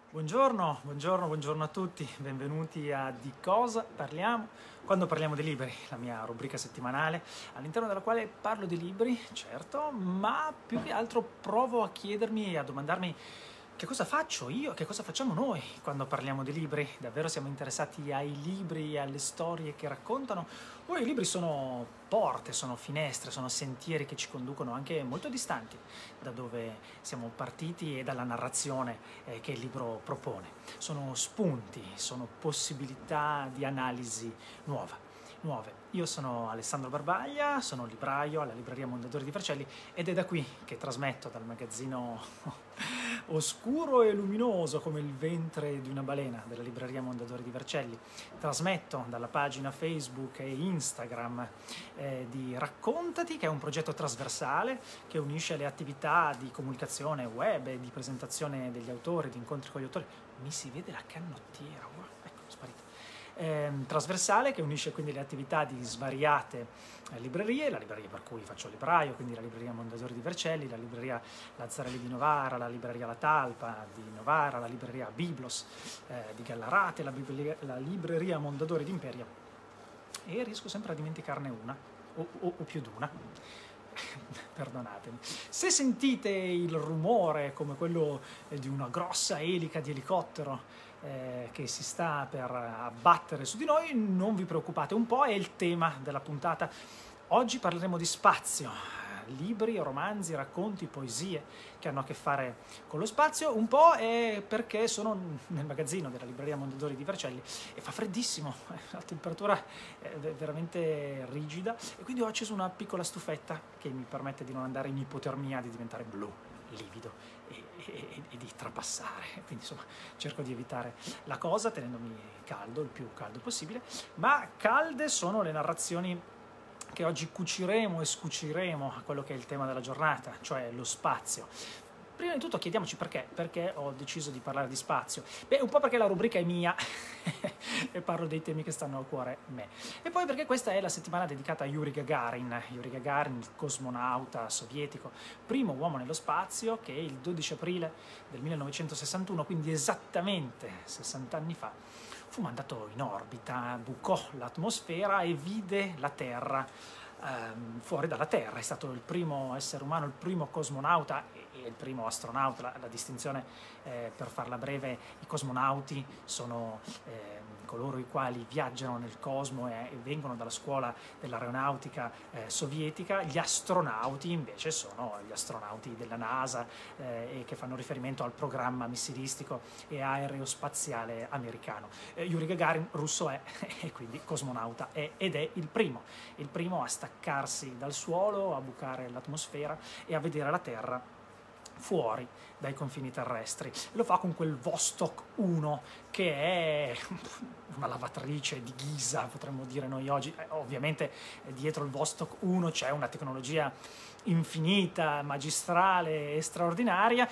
Buongiorno, buongiorno, buongiorno a tutti, benvenuti a Di cosa parliamo? Quando parliamo di libri, la mia rubrica settimanale, all'interno della quale parlo di libri, certo, ma più che altro provo a chiedermi e a domandarmi che cosa faccio io, che cosa facciamo noi quando parliamo di libri? Davvero siamo interessati ai libri e alle storie che raccontano? O i libri sono porte, sono finestre, sono sentieri che ci conducono anche molto distanti da dove siamo partiti e dalla narrazione che il libro propone? Sono spunti, sono possibilità di analisi nuove. Io sono Alessandro Barbaglia, sono libraio alla libreria Mondadori di Vercelli ed è da qui che trasmetto dal magazzino oscuro e luminoso come il ventre di una balena della libreria Mondadori di Vercelli. Trasmetto dalla pagina Facebook e Instagram di Raccontati, che è un progetto trasversale che unisce le attività di comunicazione web e di presentazione degli autori, di incontri con gli autori. Mi si vede la canottiera, wow, ecco, sparita. Trasversale che unisce quindi le attività di svariate librerie, la libreria per cui faccio libraio, quindi la libreria Mondadori di Vercelli, la libreria Lazzarelli di Novara, la libreria La Talpa di Novara, la libreria Biblos di Gallarate, la libreria Mondadori di Imperia, e riesco sempre a dimenticarne una o più di una. Perdonatemi. Se sentite il rumore come quello di una grossa elica di elicottero che si sta per abbattere su di noi, non vi preoccupate, un po' è il tema della puntata. Oggi parleremo di spazio, libri, romanzi, racconti, poesie che hanno a che fare con lo spazio. Un po' è perché sono nel magazzino della libreria Mondadori di Vercelli e fa freddissimo, la temperatura è veramente rigida e quindi ho acceso una piccola stufetta che mi permette di non andare in ipotermia, di diventare blu, livido e di trapassare. Quindi insomma cerco di evitare la cosa tenendomi caldo, il più caldo possibile, ma calde sono le narrazioni che oggi cuciremo e scuciremo a quello che è il tema della giornata, cioè lo spazio. Prima di tutto chiediamoci perché ho deciso di parlare di spazio. Beh, un po' perché la rubrica è mia e parlo dei temi che stanno a cuore a me. E poi perché questa è la settimana dedicata a Yuri Gagarin, il cosmonauta sovietico, primo uomo nello spazio, che il 12 aprile del 1961, quindi esattamente 60 anni fa, fu mandato in orbita, bucò l'atmosfera e vide la Terra fuori dalla Terra. È stato il primo essere umano, il primo cosmonauta e il primo astronauta. La distinzione, per farla breve, i cosmonauti sono coloro i quali viaggiano nel cosmo e vengono dalla scuola dell'aeronautica sovietica. Gli astronauti invece sono gli astronauti della NASA e che fanno riferimento al programma missilistico e aerospaziale americano. Yuri Gagarin russo è e quindi cosmonauta ed è il primo a staccarsi dal suolo, a bucare l'atmosfera e a vedere la Terra fuori dai confini terrestri. Lo fa con quel Vostok 1 che è una lavatrice di ghisa, potremmo dire noi oggi. Ovviamente dietro il Vostok 1 c'è una tecnologia infinita, magistrale e straordinaria,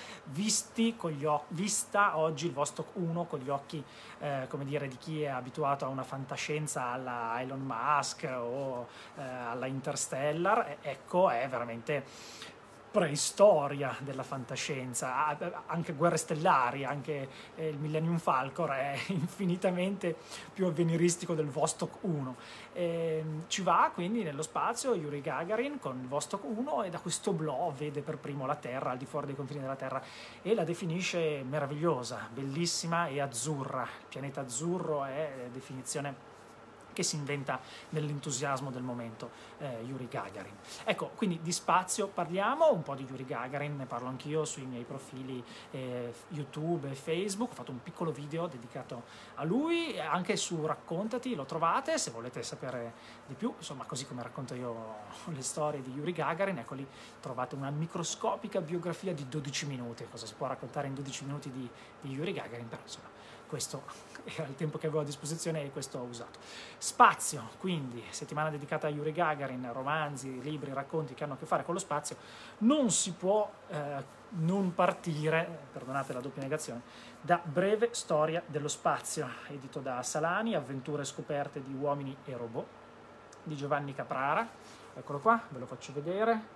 vista oggi il Vostok 1 con gli occhi come dire, di chi è abituato a una fantascienza alla Elon Musk o alla Interstellar. Ecco, è veramente preistoria della fantascienza. Anche Guerre Stellari, anche il Millennium Falcon è infinitamente più avveniristico del Vostok 1. Ci va quindi nello spazio Yuri Gagarin con il Vostok 1 e da questo oblò vede per primo la Terra, al di fuori dei confini della Terra, e la definisce meravigliosa, bellissima e azzurra. Il pianeta azzurro è la definizione che si inventa nell'entusiasmo del momento, Yuri Gagarin. Ecco, quindi di spazio parliamo, un po' di Yuri Gagarin, ne parlo anch'io sui miei profili YouTube e Facebook. Ho fatto un piccolo video dedicato a lui, anche su Raccontati, lo trovate se volete sapere di più, insomma, così come racconto io le storie di Yuri Gagarin. Ecco, lì trovate una microscopica biografia di 12 minuti, cosa si può raccontare in 12 minuti di Yuri Gagarin, però insomma questo era il tempo che avevo a disposizione e questo ho usato. Spazio, quindi settimana dedicata a Yuri Gagarin, romanzi, libri, racconti che hanno a che fare con lo spazio. Non si può non partire, perdonate la doppia negazione, da Breve storia dello spazio, edito da Salani, Avventure scoperte di uomini e robot, di Giovanni Caprara. Eccolo qua, ve lo faccio vedere.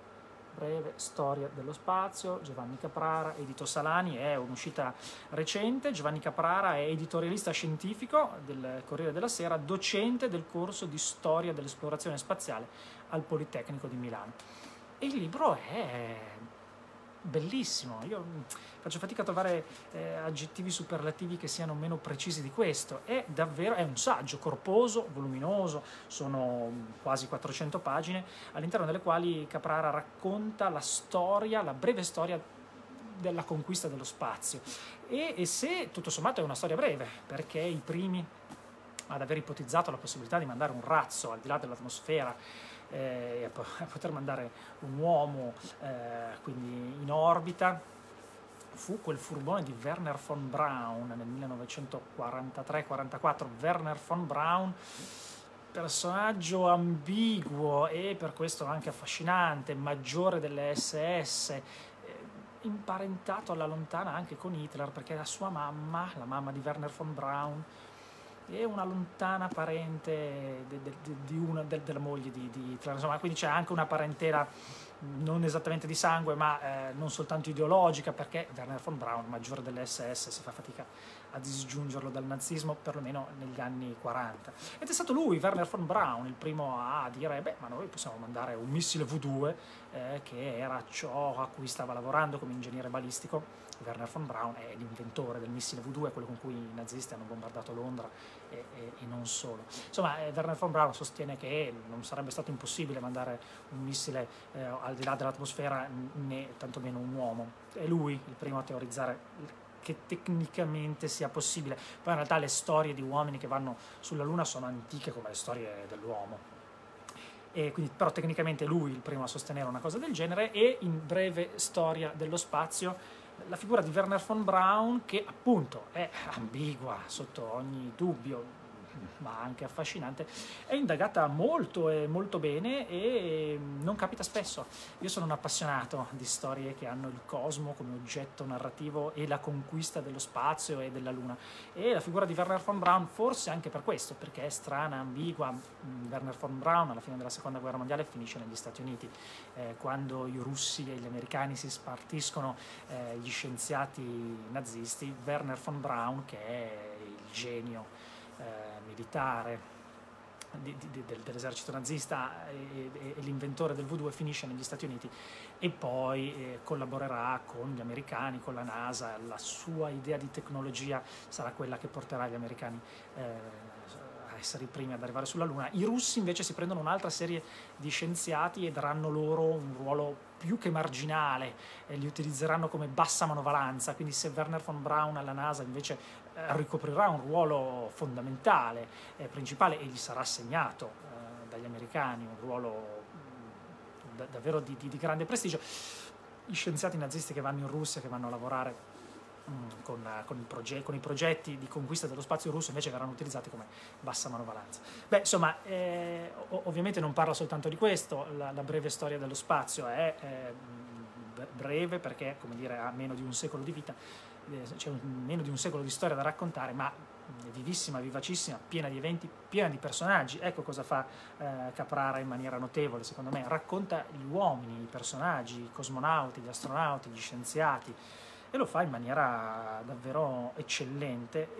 breve storia dello spazio, Giovanni Caprara, edito Salani, è un'uscita recente. Giovanni Caprara è editorialista scientifico del Corriere della Sera, docente del corso di storia dell'esplorazione spaziale al Politecnico di Milano. E il libro è bellissimo, io faccio fatica a trovare aggettivi superlativi che siano meno precisi di questo. È un saggio corposo, voluminoso, sono quasi 400 pagine, all'interno delle quali Caprara racconta la storia, la breve storia della conquista dello spazio. E se tutto sommato è una storia breve, perché i primi ad aver ipotizzato la possibilità di mandare un razzo al di là dell'atmosfera, a poter mandare un uomo quindi in orbita, fu quel furbone di Wernher von Braun nel 1943-44. Wernher von Braun, personaggio ambiguo e per questo anche affascinante, maggiore delle SS, imparentato alla lontana anche con Hitler, perché la sua mamma, la mamma di Wernher von Braun, è una lontana parente della moglie di Hitler, insomma, quindi c'è anche una parentela non esattamente di sangue, ma non soltanto ideologica, perché Wernher von Braun, maggiore delle SS, si fa fatica a disgiungerlo dal nazismo, perlomeno negli anni 40. Ed è stato lui, Wernher von Braun, il primo a dire: beh, ma noi possiamo mandare un missile V2, che era ciò a cui stava lavorando come ingegnere balistico. Wernher von Braun è l'inventore del missile V2, quello con cui i nazisti hanno bombardato Londra e non solo. Insomma, Wernher von Braun sostiene che non sarebbe stato impossibile mandare un missile al di là dell'atmosfera, né tantomeno un uomo. È lui il primo a teorizzare che tecnicamente sia possibile. Poi in realtà le storie di uomini che vanno sulla Luna sono antiche come le storie dell'uomo. E quindi, però tecnicamente lui il primo a sostenere una cosa del genere. E in breve storia dello spazio, la figura di Wernher von Braun, che appunto è ambigua sotto ogni dubbio, ma anche affascinante, è indagata molto e molto bene e non capita spesso. Io sono un appassionato di storie che hanno il cosmo come oggetto narrativo e la conquista dello spazio e della Luna, e la figura di Wernher von Braun forse anche per questo, perché è strana, ambigua. Wernher von Braun alla fine della seconda guerra mondiale finisce negli Stati Uniti, quando i russi e gli americani si spartiscono gli scienziati nazisti. Wernher von Braun, che è il genio militare dell'esercito nazista e l'inventore del V2, finisce negli Stati Uniti e poi collaborerà con gli americani, con la NASA. La sua idea di tecnologia sarà quella che porterà gli americani a essere i primi ad arrivare sulla Luna. I russi invece si prendono un'altra serie di scienziati e daranno loro un ruolo più che marginale, li utilizzeranno come bassa manovalanza. Quindi se Wernher von Braun alla NASA invece ricoprirà un ruolo fondamentale, principale, e gli sarà assegnato dagli americani un ruolo davvero di grande prestigio. Gli scienziati nazisti che vanno in Russia, che vanno a lavorare con i progetti di conquista dello spazio russo, invece verranno utilizzati come bassa manovalanza. Beh, insomma, ovviamente non parla soltanto di questo. La breve storia dello spazio è breve perché, come dire, ha meno di un secolo di vita, c'è meno di un secolo di storia da raccontare, ma è vivissima, vivacissima, piena di eventi, piena di personaggi. Ecco cosa fa Caprara in maniera notevole, secondo me: racconta gli uomini, i personaggi, i cosmonauti, gli astronauti, gli scienziati, e lo fa in maniera davvero eccellente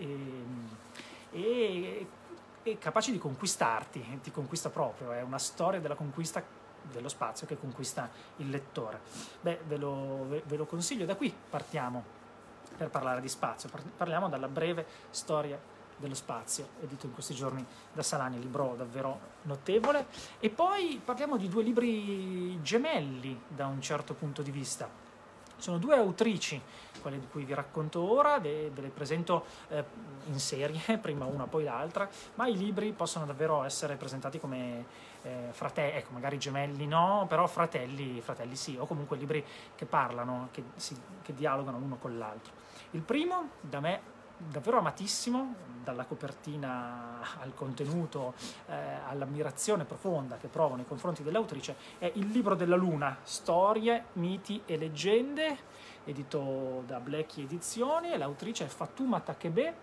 e capace di conquistarti, ti conquista proprio. È una storia della conquista dello spazio che conquista il lettore. Beh, ve lo consiglio. Da qui partiamo per parlare di spazio. Parliamo dalla breve storia dello spazio, edito in questi giorni da Salani, libro davvero notevole. E poi parliamo di due libri gemelli da un certo punto di vista. Sono due autrici, quelle di cui vi racconto ora, ve le presento in serie, prima una poi l'altra, ma i libri possono davvero essere presentati come fratelli, ecco, magari gemelli no, però fratelli sì, o comunque libri che parlano, che dialogano l'uno con l'altro. Il primo, da me davvero amatissimo, dalla copertina al contenuto, all'ammirazione profonda che provo nei confronti dell'autrice, è Il libro della Luna, storie, miti e leggende, edito da Blackie Edizioni, e l'autrice è Fatouma Takebe.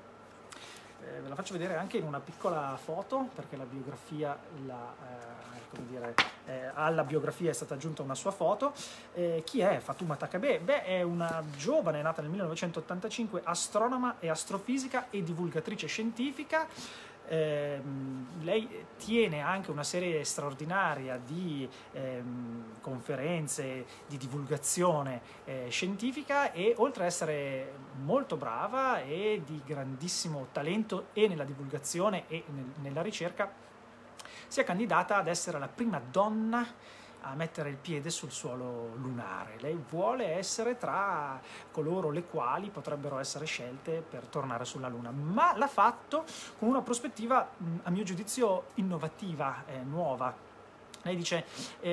Ve la faccio vedere anche in una piccola foto, perché la biografia come dire, alla biografia è stata aggiunta una sua foto. Chi è Fatoumata Kabeh? Beh, è una giovane nata nel 1985, astronoma e astrofisica e divulgatrice scientifica. Lei tiene anche una serie straordinaria di conferenze di divulgazione scientifica, e oltre ad essere molto brava e di grandissimo talento e nella divulgazione e nella ricerca, si è candidata ad essere la prima donna a mettere il piede sul suolo lunare. Lei vuole essere tra coloro le quali potrebbero essere scelte per tornare sulla Luna, ma l'ha fatto con una prospettiva, a mio giudizio, innovativa, nuova. Lei dice,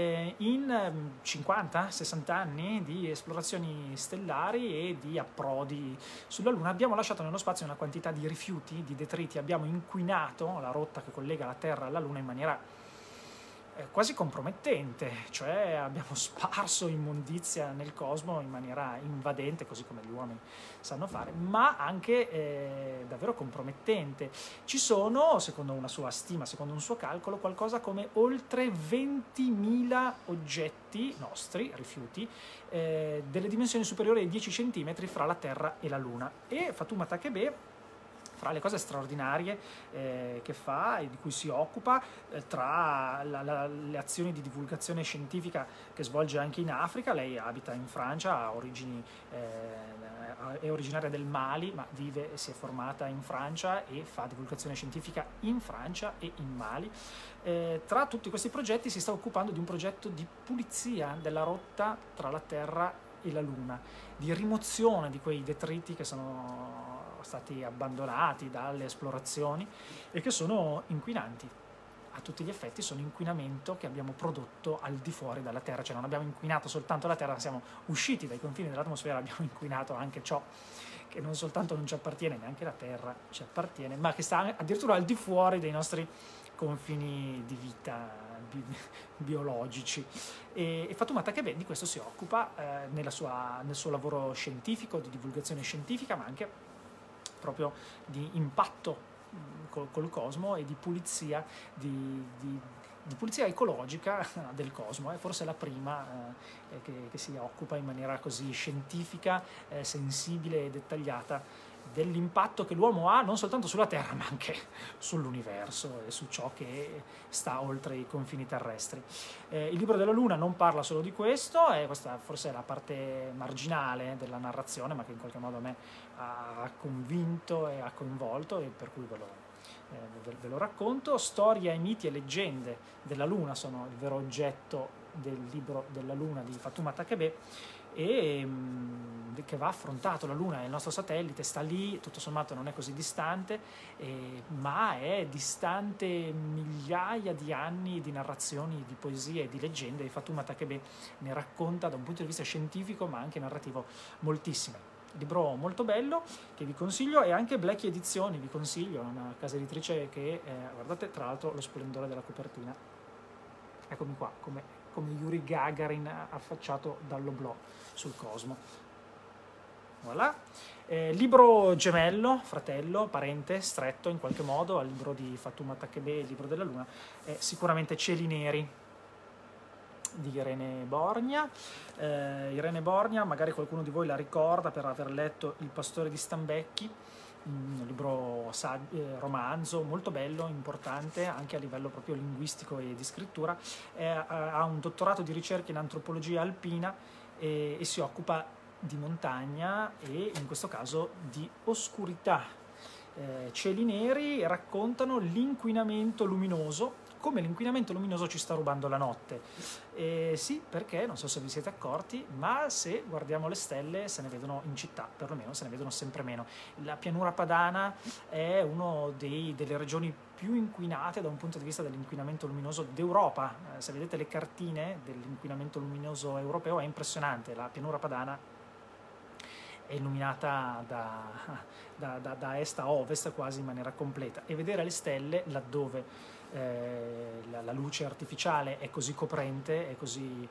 in 50-60 anni di esplorazioni stellari e di approdi sulla Luna abbiamo lasciato nello spazio una quantità di rifiuti, di detriti, abbiamo inquinato la rotta che collega la Terra alla Luna in maniera quasi compromettente, cioè abbiamo sparso immondizia nel cosmo in maniera invadente, così come gli uomini sanno fare, ma anche davvero compromettente. Ci sono, secondo una sua stima, secondo un suo calcolo, qualcosa come oltre 20.000 oggetti nostri, rifiuti, delle dimensioni superiori ai 10 cm fra la Terra e la Luna. E Fatoumata Kabeh, fra le cose straordinarie che fa e di cui si occupa, tra le azioni di divulgazione scientifica che svolge anche in Africa. Lei abita in Francia, ha origini, è originaria del Mali, ma vive e si è formata in Francia e fa divulgazione scientifica in Francia e in Mali. Tra tutti questi progetti si sta occupando di un progetto di pulizia della rotta tra la Terra e la Luna, di rimozione di quei detriti che sono stati abbandonati dalle esplorazioni e che sono inquinanti. A tutti gli effetti sono inquinamento che abbiamo prodotto al di fuori dalla Terra, cioè non abbiamo inquinato soltanto la Terra, siamo usciti dai confini dell'atmosfera, abbiamo inquinato anche ciò che non soltanto non ci appartiene, neanche la Terra ci appartiene, ma che sta addirittura al di fuori dei nostri confini di vita biologici. E Fatoumata Kabeh di questo si occupa nel suo lavoro scientifico, di divulgazione scientifica, ma anche proprio di impatto col cosmo e di pulizia, di pulizia ecologica del cosmo. È forse la prima che si occupa in maniera così scientifica, sensibile e dettagliata dell'impatto che l'uomo ha non soltanto sulla Terra, ma anche sull'universo e su ciò che sta oltre i confini terrestri. Il libro della Luna non parla solo di questo, e questa forse è la parte marginale della narrazione, ma che in qualche modo a me ha convinto e ha coinvolto, e per cui ve lo racconto. Storia, miti e leggende della Luna sono il vero oggetto del libro della Luna di Fatoumata Kabeh, e che va affrontato. La Luna è il nostro satellite, sta lì, tutto sommato non è così distante, ma è distante migliaia di anni di narrazioni, di poesie e di leggende, e Fatoumata Kabeh ne racconta da un punto di vista scientifico ma anche narrativo moltissime. Libro molto bello che vi consiglio, e anche Blackie Edizioni vi consiglio, è una casa editrice che, guardate tra l'altro lo splendore della copertina, eccomi qua, come Yuri Gagarin affacciato dall'oblò sul cosmo. Voilà. Libro gemello, fratello, parente, stretto in qualche modo al libro di Fatoumata Kabeh, il libro della Luna, è sicuramente Cieli Neri di Irene Borgna. Irene Borgna, magari qualcuno di voi la ricorda per aver letto Il pastore di Stambecchi, un libro romanzo molto bello, importante anche a livello proprio linguistico e di scrittura. Ha un dottorato di ricerca in antropologia alpina e si occupa di montagna e in questo caso di oscurità. Cieli Neri raccontano l'inquinamento luminoso, come l'inquinamento luminoso ci sta rubando la notte. Sì, perché, non so se vi siete accorti, ma se guardiamo le stelle se ne vedono in città, perlomeno se ne vedono sempre meno. La pianura padana è una delle regioni più inquinate da un punto di vista dell'inquinamento luminoso d'Europa. Se vedete le cartine dell'inquinamento luminoso europeo è impressionante. La pianura padana è illuminata da est a ovest quasi in maniera completa, e vedere le stelle laddove la luce artificiale è così coprente, è così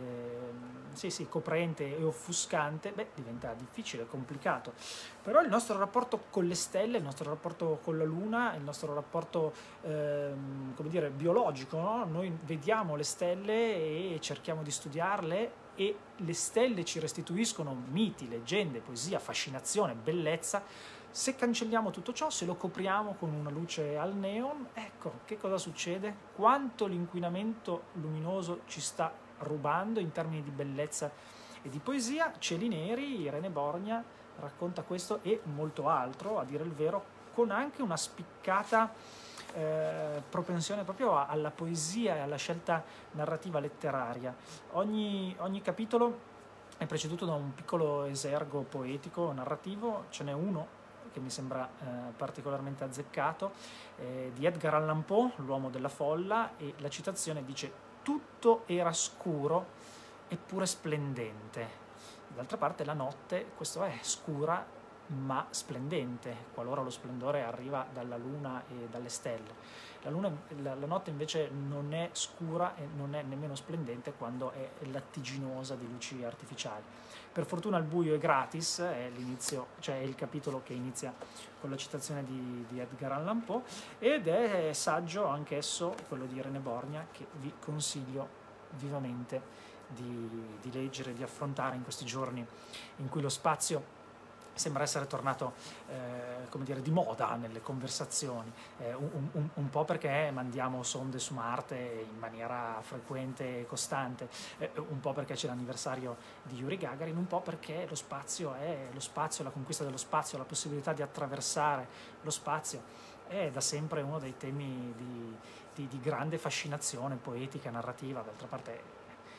sì, coprente e offuscante, beh, diventa difficile, complicato. Però il nostro rapporto con le stelle, il nostro rapporto con la Luna, il nostro rapporto come dire, biologico, no? Noi vediamo le stelle e cerchiamo di studiarle, e le stelle ci restituiscono miti, leggende, poesia, fascinazione, bellezza. Se cancelliamo tutto ciò, se lo copriamo con una luce al neon, ecco, che cosa succede? Quanto l'inquinamento luminoso ci sta rubando in termini di bellezza e di poesia. Cieli neri, Irene Borgna racconta questo e molto altro, a dire il vero, con anche una spiccata propensione proprio alla poesia e alla scelta narrativa letteraria. Ogni capitolo è preceduto da un piccolo esergo poetico, narrativo. Ce n'è uno che mi sembra particolarmente azzeccato, di Edgar Allan Poe, L'uomo della folla, e la citazione dice: tutto era scuro eppure splendente. D'altra parte la notte, questo è, scura ma splendente, qualora lo splendore arriva dalla luna e dalle stelle. La notte invece non è scura e non è nemmeno splendente quando è lattiginosa di luci artificiali. Per fortuna il buio è gratis, è l'inizio, cioè è il capitolo che inizia con la citazione di Edgar Allan Poe, ed è saggio anch'esso quello di Irene Borgna, che vi consiglio vivamente di leggere, di affrontare in questi giorni in cui lo spazio sembra essere tornato come dire, di moda nelle conversazioni, un po' perché mandiamo sonde su Marte in maniera frequente e costante, un po' perché c'è l'anniversario di Yuri Gagarin, un po' perché lo spazio, la conquista dello spazio, la possibilità di attraversare lo spazio è da sempre uno dei temi di grande fascinazione poetica, narrativa. D'altra parte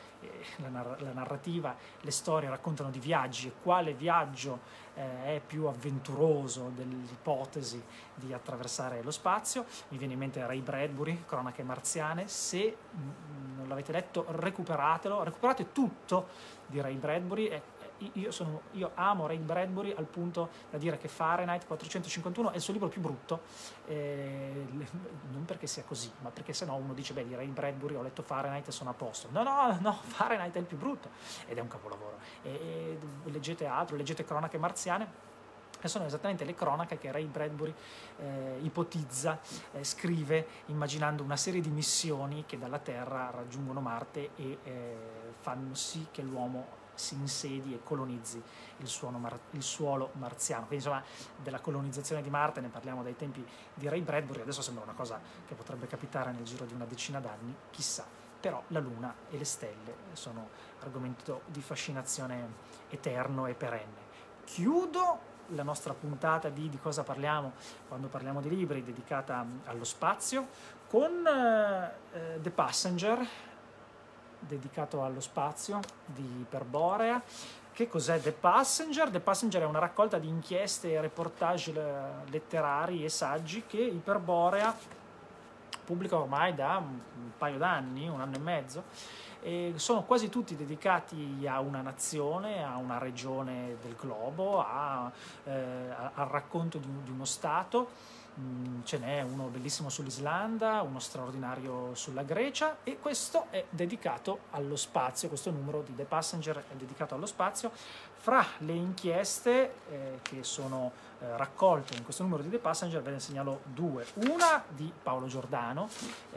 la narrativa, le storie raccontano di viaggi, e quale viaggio è più avventuroso dell'ipotesi di attraversare lo spazio? Mi viene in mente Ray Bradbury, Cronache marziane. Se non l'avete letto, recuperatelo, recuperate tutto di Ray Bradbury. Io amo Ray Bradbury al punto da dire che Fahrenheit 451 è il suo libro più brutto, non perché sia così, ma perché sennò uno dice: beh, di Ray Bradbury ho letto Fahrenheit e sono a posto. No, Fahrenheit è il più brutto ed è un capolavoro. E leggete altro, leggete Cronache marziane, che sono esattamente le cronache che Ray Bradbury ipotizza, scrive immaginando una serie di missioni che dalla Terra raggiungono Marte e fanno sì che l'uomo si insedi e colonizzi il suolo marziano. Quindi insomma della colonizzazione di Marte ne parliamo dai tempi di Ray Bradbury, adesso sembra una cosa che potrebbe capitare nel giro di una decina d'anni, chissà. Però la Luna e le stelle sono argomento di fascinazione eterno e perenne. Chiudo la nostra puntata di cosa parliamo quando parliamo di libri, dedicata allo spazio, con The Passenger, dedicato allo spazio, di Iperborea. Che cos'è The Passenger? The Passenger è una raccolta di inchieste e reportage letterari e saggi che Iperborea pubblica ormai da un paio d'anni, un anno e mezzo, e sono quasi tutti dedicati a una nazione, a una regione del globo, al racconto di uno stato. Ce n'è uno bellissimo sull'Islanda, uno straordinario sulla Grecia, e questo è dedicato allo spazio. Questo numero di The Passenger è dedicato allo spazio. Fra le inchieste che sono raccolte in questo numero di The Passenger ve ne segnalo due. Una di Paolo Giordano,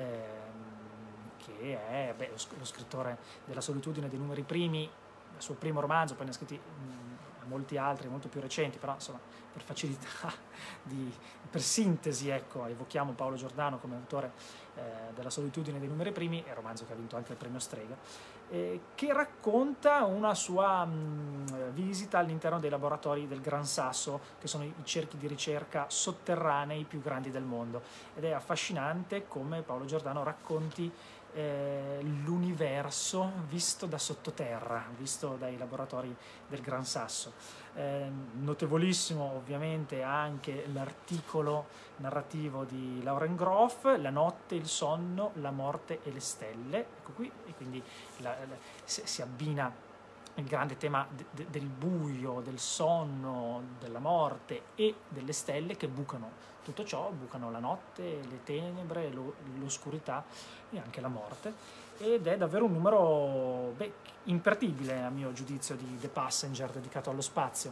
che è lo scrittore della Solitudine dei numeri primi, il suo primo romanzo, poi ne ha scritti molti altri molto più recenti, però insomma per facilità per sintesi, ecco, evochiamo Paolo Giordano come autore della Solitudine dei numeri primi, il romanzo che ha vinto anche il premio Strega, che racconta una sua visita all'interno dei laboratori del Gran Sasso, che sono i cerchi di ricerca sotterranei più grandi del mondo, ed è affascinante come Paolo Giordano racconti l'universo visto da sottoterra, visto dai laboratori del Gran Sasso. Notevolissimo ovviamente anche l'articolo narrativo di Lauren Groff, La notte, il sonno, la morte e le stelle. Ecco qui, e quindi si abbina il grande tema del buio, del sonno, della morte e delle stelle che bucano tutto ciò, bucano la notte, le tenebre, l'oscurità e anche la morte, ed è davvero un numero imperdibile a mio giudizio di The Passenger dedicato allo spazio.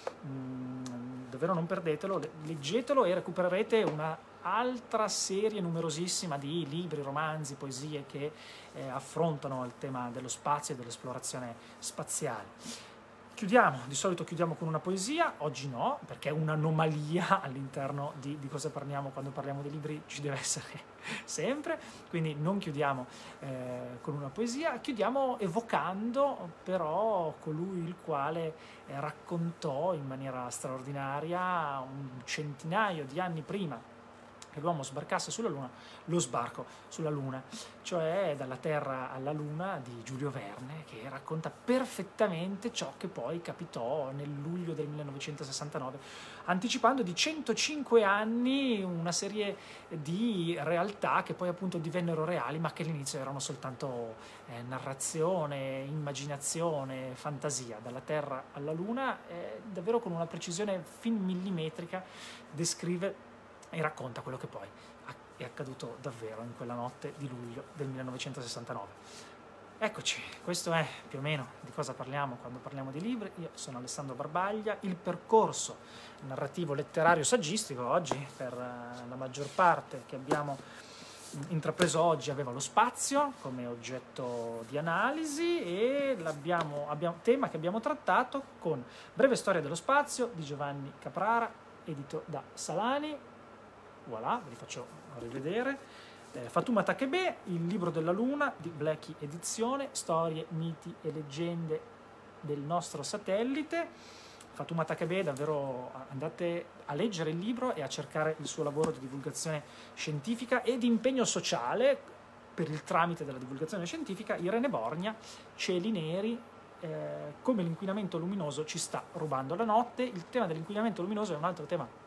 Davvero non perdetelo, leggetelo e recupererete una altra serie numerosissima di libri, romanzi, poesie che affrontano il tema dello spazio e dell'esplorazione spaziale. Chiudiamo, di solito chiudiamo con una poesia, oggi no, perché è un'anomalia all'interno di cosa parliamo quando parliamo di libri, ci deve essere sempre, quindi non chiudiamo con una poesia, chiudiamo evocando però colui il quale raccontò in maniera straordinaria un centinaio di anni prima che l'uomo sbarcasse sulla Luna, lo sbarco sulla Luna, cioè dalla Terra alla Luna di Giulio Verne, che racconta perfettamente ciò che poi capitò nel luglio del 1969, anticipando di 105 anni una serie di realtà che poi appunto divennero reali, ma che all'inizio erano soltanto narrazione, immaginazione, fantasia. Dalla Terra alla Luna, davvero con una precisione fin millimetrica descrive e racconta quello che poi è accaduto davvero in quella notte di luglio del 1969. Eccoci, questo è più o meno di cosa parliamo quando parliamo di libri. Io sono Alessandro Barbaglia, il percorso narrativo letterario saggistico oggi per la maggior parte che abbiamo intrapreso oggi aveva lo spazio come oggetto di analisi e tema che abbiamo trattato con Breve storia dello spazio di Giovanni Caprara, edito da Salani. Voilà, ve li faccio rivedere. Fatuma Takebe, Il libro della luna di Blackie Edizione, storie, miti e leggende del nostro satellite. Fatuma Takebe, davvero andate a leggere il libro e a cercare il suo lavoro di divulgazione scientifica e di impegno sociale per il tramite della divulgazione scientifica. Irene Borgna, Cieli neri, come l'inquinamento luminoso ci sta rubando la notte. Il tema dell'inquinamento luminoso è un altro tema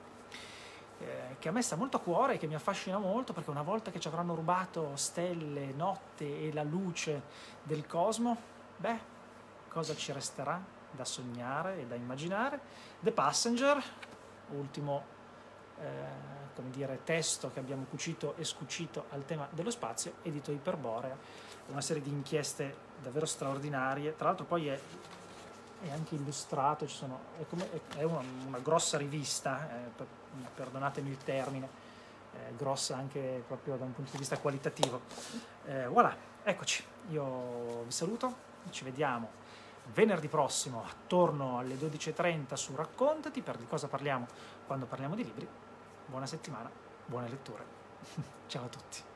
che a me sta molto a cuore e che mi affascina molto, perché una volta che ci avranno rubato stelle, notte e la luce del cosmo, cosa ci resterà da sognare e da immaginare? The Passenger, ultimo come dire, testo che abbiamo cucito e scucito al tema dello spazio, edito Iperborea, una serie di inchieste davvero straordinarie. Tra l'altro poi è anche illustrato, è una grossa rivista, perdonatemi il termine, grossa anche proprio da un punto di vista qualitativo. Voilà, eccoci, io vi saluto, ci vediamo venerdì prossimo attorno alle 12:30 su Raccontati, per di cosa parliamo quando parliamo di libri. Buona settimana, buone letture, ciao a tutti.